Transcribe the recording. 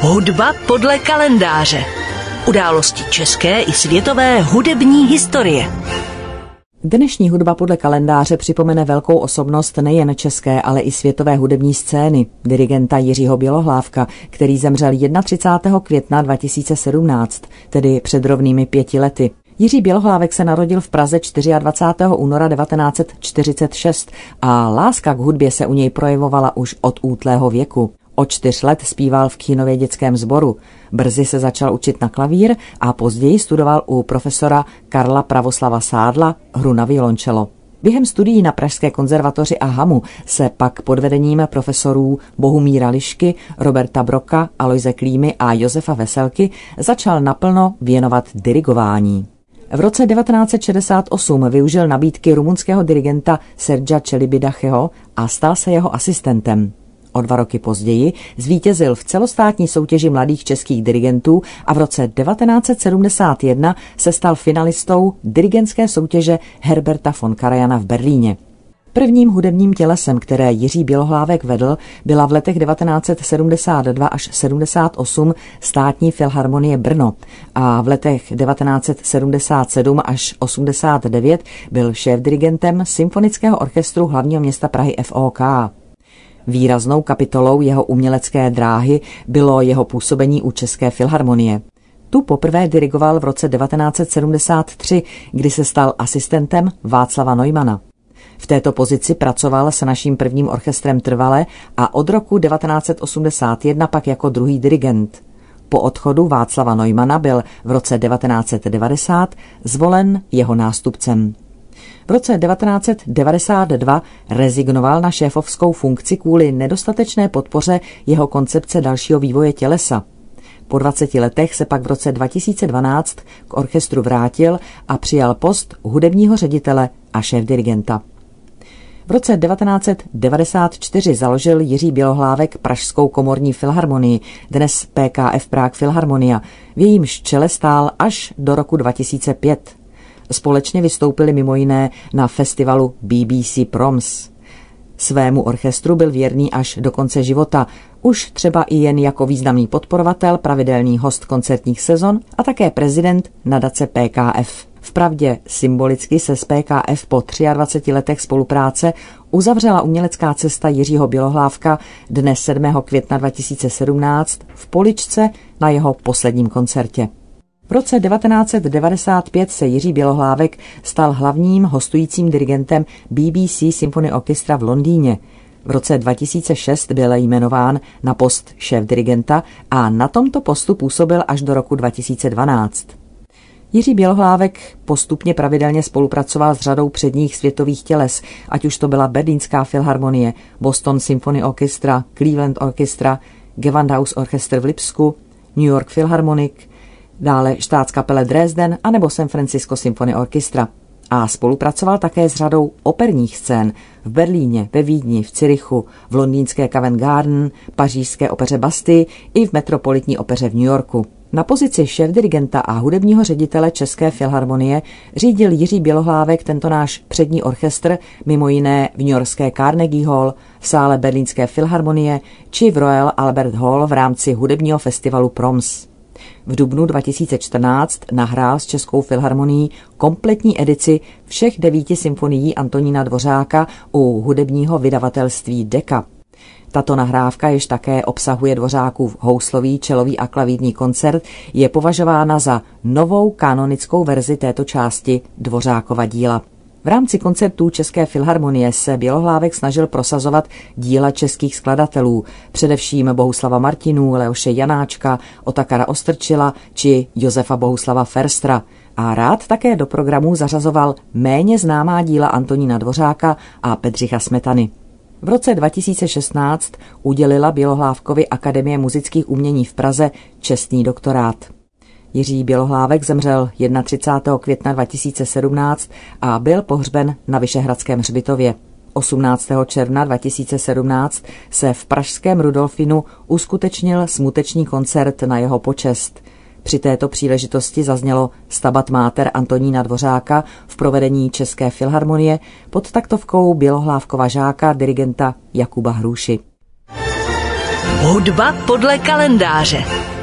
Hudba podle kalendáře. Události české i světové hudební historie. Dnešní hudba podle kalendáře připomene velkou osobnost nejen české, ale i světové hudební scény, dirigenta Jiřího Bělohlávka, který zemřel 31. května 2017, tedy před rovnými 5 lety. Jiří Bělohlávek se narodil v Praze 24. února 1946 a láska k hudbě se u něj projevovala už od útlého věku. Od 4 let zpíval v Kínově dětském sboru. Brzy se začal učit na klavír a později studoval u profesora Karla Pravoslava Sádla hru na violončelo. Během studií na Pražské konzervatoři a Hamu se pak pod vedením profesorů Bohumíra Lišky, Roberta Broka, Alojze Klímy a Josefa Veselky začal naplno věnovat dirigování. V roce 1968 využil nabídky rumunského dirigenta Sergia Celibidacheho a stal se jeho asistentem. O 2 roky později zvítězil v celostátní soutěži mladých českých dirigentů a v roce 1971 se stal finalistou dirigentské soutěže Herberta von Karajana v Berlíně. Prvním hudebním tělesem, které Jiří Bělohlávek vedl, byla v letech 1972 až 78 Státní filharmonie Brno a v letech 1977 až 89 byl šéfdirigentem Symfonického orchestru hlavního města Prahy FOK. Výraznou kapitolou jeho umělecké dráhy bylo jeho působení u České filharmonie. Tu poprvé dirigoval v roce 1973, kdy se stal asistentem Václava Neumana. V této pozici pracoval s naším prvním orchestrem trvale a od roku 1981 pak jako druhý dirigent. Po odchodu Václava Neumana byl v roce 1990 zvolen jeho nástupcem. V roce 1992 rezignoval na šéfovskou funkci kvůli nedostatečné podpoře jeho koncepce dalšího vývoje tělesa. Po 20 letech se pak v roce 2012 k orchestru vrátil a přijal post hudebního ředitele a šéfdirigenta. V roce 1994 založil Jiří Bělohlávek Pražskou komorní filharmonii, dnes PKF Prague Filharmonia, v jejímž čele stál až do roku 2005. Společně vystoupili mimo jiné na festivalu BBC Proms. Svému orchestru byl věrný až do konce života, už třeba i jen jako významný podporovatel, pravidelný host koncertních sezon a také prezident nadace PKF. Vpravdě symbolicky se z PKF po 23 letech spolupráce uzavřela umělecká cesta Jiřího Bělohlávka dne 7. května 2017 v Poličce na jeho posledním koncertě. V roce 1995 se Jiří Bělohlávek stal hlavním hostujícím dirigentem BBC Symphony Orchestra v Londýně. V roce 2006 byl jmenován na post šéfdirigenta a na tomto postu působil až do roku 2012. Jiří Bělohlávek postupně pravidelně spolupracoval s řadou předních světových těles, ať už to byla Berlínská filharmonie, Boston Symphony Orchestra, Cleveland Orchestra, Gewandhaus Orchester v Lipsku, New York Philharmonic, dále Staatskapelle Dresden anebo San Francisco Symphony Orchestra. A spolupracoval také s řadou operních scén v Berlíně, ve Vídni, v Curychu, v londýnské Covent Garden, pařížské opeře Bastille i v metropolitní opeře v New Yorku. Na pozici šéfdirigenta a hudebního ředitele České filharmonie řídil Jiří Bělohlávek tento náš přední orchestr mimo jiné v newyorské Carnegie Hall, v sále Berlínské filharmonie či v Royal Albert Hall v rámci hudebního festivalu Proms. V dubnu 2014 nahrál s Českou filharmonií kompletní edici všech 9 symfonií Antonína Dvořáka u hudebního vydavatelství Decca. Tato nahrávka, jež také obsahuje Dvořákův houslový, čelový a klavírní koncert, je považována za novou kanonickou verzi této části Dvořákova díla. V rámci koncertů České filharmonie se Bělohlávek snažil prosazovat díla českých skladatelů, především Bohuslava Martinů, Leoše Janáčka, Otakara Ostrčila či Josefa Bohuslava Ferstra a rád také do programů zařazoval méně známá díla Antonína Dvořáka a Bedřicha Smetany. V roce 2016 udělila Bělohlávkovi Akademie muzických umění v Praze čestný doktorát. Jiří Bělohlávek zemřel 31. května 2017 a byl pohřben na Vyšehradském hřbitově. 18. června 2017 se v pražském Rudolfinu uskutečnil smuteční koncert na jeho počest. Při této příležitosti zaznělo Stabat Mater Antonína Dvořáka v provedení České filharmonie pod taktovkou Bělohlávkova žáka dirigenta Jakuba Hrůši. Hudba podle kalendáře.